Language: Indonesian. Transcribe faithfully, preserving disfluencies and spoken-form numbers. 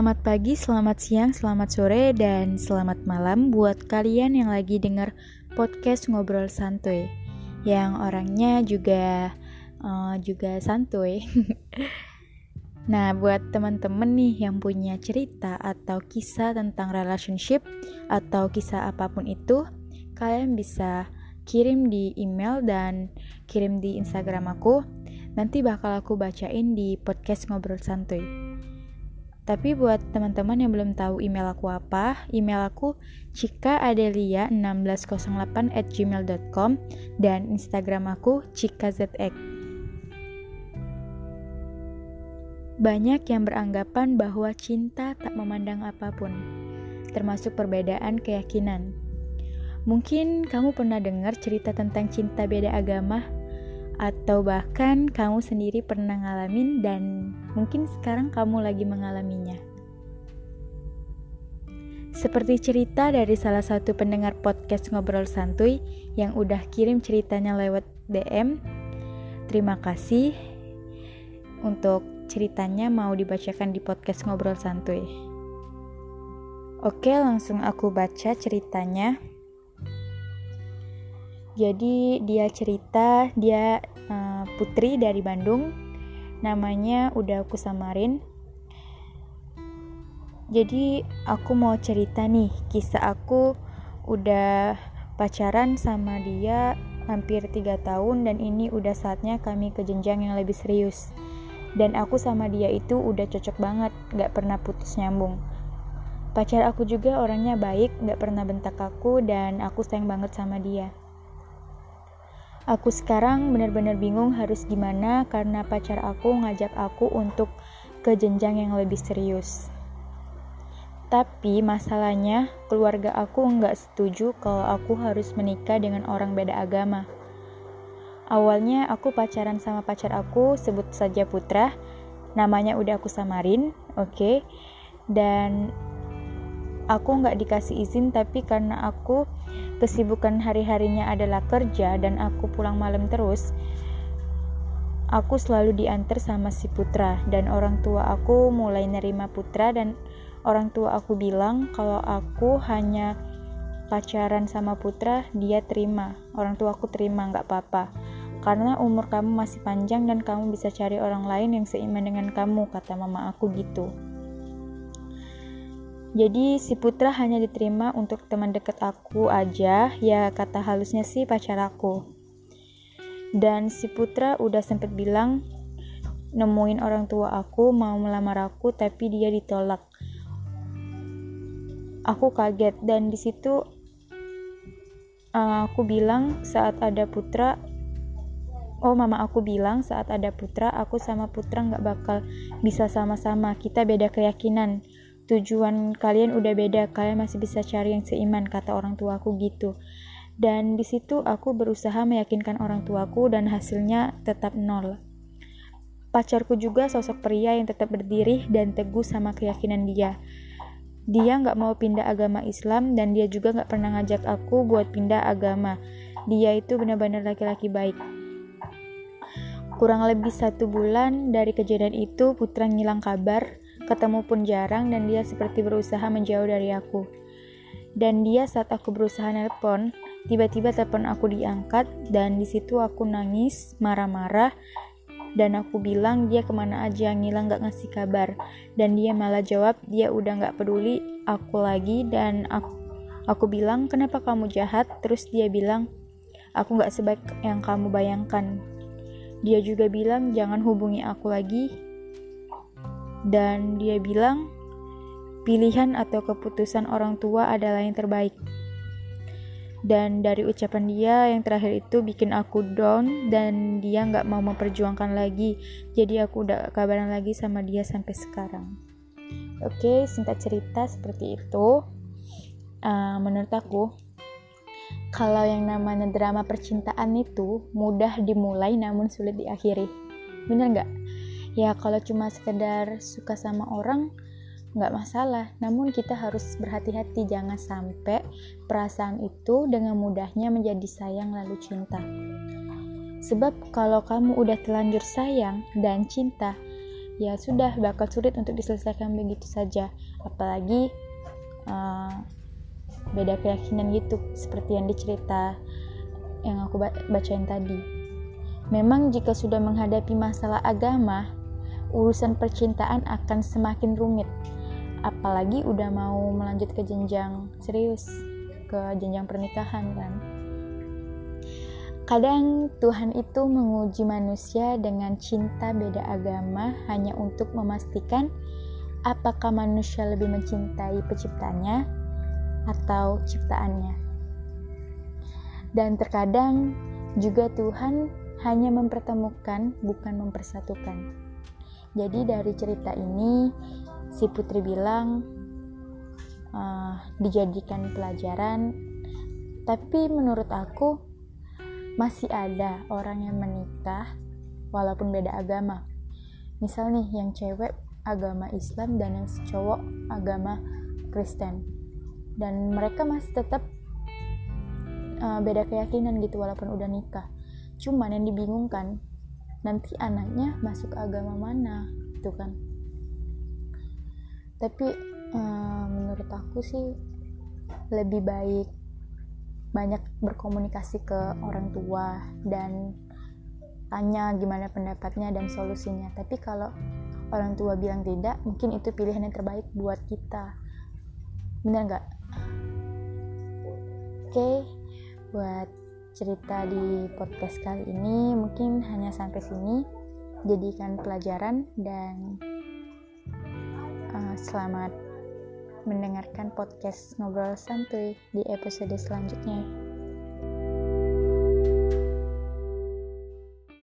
Selamat pagi, selamat siang, selamat sore, dan selamat malam buat kalian yang lagi denger podcast Ngobrol Santuy, yang orangnya juga uh, juga santuy. Nah, buat teman-teman nih yang punya cerita atau kisah tentang relationship atau kisah apapun itu, kalian bisa kirim di email dan kirim di Instagram aku. Nanti bakal aku bacain di podcast Ngobrol Santuy. Tapi buat teman-teman yang belum tahu email aku apa, email aku cikadelia satu enam nol delapan at gmail dot com dan Instagram aku cikazx. Banyak yang beranggapan bahwa cinta tak memandang apapun, termasuk perbedaan keyakinan. Mungkin kamu pernah dengar cerita tentang cinta beda agama, atau bahkan kamu sendiri pernah ngalamin dan mungkin sekarang kamu lagi mengalaminya. Seperti cerita dari salah satu pendengar podcast Ngobrol Santuy yang udah kirim ceritanya lewat D M. Terima kasih untuk ceritanya mau dibacakan di podcast Ngobrol Santuy. Oke, langsung aku baca ceritanya. Jadi dia cerita, dia uh, putri dari Bandung, namanya udah aku samarin. Jadi aku mau cerita nih, kisah aku udah pacaran sama dia hampir tiga tahun dan ini udah saatnya kami ke jenjang yang lebih serius. Dan aku sama dia itu udah cocok banget, gak pernah putus nyambung. Pacar aku juga orangnya baik, gak pernah bentak aku dan aku sayang banget sama dia. Aku sekarang benar-benar bingung harus gimana karena pacar aku ngajak aku untuk ke jenjang yang lebih serius. Tapi masalahnya keluarga aku nggak setuju kalau aku harus menikah dengan orang beda agama. Awalnya aku pacaran sama pacar aku, sebut saja Putra, namanya udah aku samarin, oke. Okay? Dan aku nggak dikasih izin tapi karena aku kesibukan hari-harinya adalah kerja dan aku pulang malam terus, aku selalu diantar sama si Putra dan orang tua aku mulai nerima Putra dan orang tua aku bilang kalau aku hanya pacaran sama Putra dia terima, orang tua aku terima nggak apa-apa karena umur kamu masih panjang dan kamu bisa cari orang lain yang seiman dengan kamu, kata mama aku gitu. Jadi si Putra hanya diterima untuk teman dekat aku aja, ya kata halusnya sih pacar aku. Dan si Putra udah sempet bilang nemuin orang tua aku mau melamar aku tapi dia ditolak. Aku kaget dan di situ uh, aku bilang saat ada Putra, oh mama aku bilang saat ada Putra aku sama Putra nggak bakal bisa sama-sama, kita beda keyakinan. Tujuan kalian udah beda, kalian masih bisa cari yang seiman, kata orang tuaku gitu. Dan di situ aku berusaha meyakinkan orang tuaku dan hasilnya tetap nol. Pacarku juga sosok pria yang tetap berdiri dan teguh sama keyakinan dia. Dia nggak mau pindah agama Islam dan dia juga nggak pernah ngajak aku buat pindah agama. Dia itu benar-benar laki-laki baik. Kurang lebih satu bulan dari kejadian itu, Putra ngilang kabar. Ketemu pun jarang dan dia seperti berusaha menjauh dari aku. Dan dia saat aku berusaha nelpon, tiba-tiba telepon aku diangkat dan di situ aku nangis, marah-marah dan aku bilang dia kemana aja, ngilang gak ngasih kabar. Dan dia malah jawab dia udah gak peduli aku lagi dan aku, aku bilang kenapa kamu jahat? Terus dia bilang aku gak sebaik yang kamu bayangkan. Dia juga bilang jangan hubungi aku lagi. Dan dia bilang pilihan atau keputusan orang tua adalah yang terbaik. Dan dari ucapan dia yang terakhir itu bikin aku down dan dia gak mau memperjuangkan lagi. Jadi aku udah kabaran lagi sama dia sampai sekarang. Oke, singkat cerita seperti itu. uh, Menurut aku kalau yang namanya drama percintaan itu mudah dimulai namun sulit diakhiri. Bener gak? Ya kalau cuma sekedar suka sama orang gak masalah, namun kita harus berhati-hati jangan sampai perasaan itu dengan mudahnya menjadi sayang lalu cinta. Sebab kalau kamu udah telanjur sayang dan cinta, ya sudah bakal sulit untuk diselesaikan begitu saja, apalagi uh, beda keyakinan gitu seperti yang dicerita yang aku bacain tadi. Memang jika sudah menghadapi masalah agama, urusan percintaan akan semakin rumit, apalagi udah mau melanjut ke jenjang serius, ke jenjang pernikahan kan. Kadang Tuhan itu menguji manusia dengan cinta beda agama hanya untuk memastikan apakah manusia lebih mencintai penciptanya atau ciptaannya. Dan terkadang juga Tuhan hanya mempertemukan, bukan mempersatukan. Jadi dari cerita ini, si putri bilang uh, dijadikan pelajaran, tapi menurut aku masih ada orang yang menikah walaupun beda agama. Misal nih, yang cewek agama Islam dan yang cowok agama Kristen, dan mereka masih tetap uh, beda keyakinan gitu walaupun udah nikah. Cuman yang dibingungkan, nanti anaknya masuk agama mana gitu kan. Tapi uh, menurut aku sih lebih baik banyak berkomunikasi ke orang tua dan tanya gimana pendapatnya dan solusinya. Tapi kalau orang tua bilang tidak, mungkin itu pilihan yang terbaik buat kita. Benar nggak? Oke, buat cerita di podcast kali ini mungkin hanya sampai sini. Jadikan pelajaran dan uh, selamat mendengarkan podcast Ngobrol Santuy di episode selanjutnya.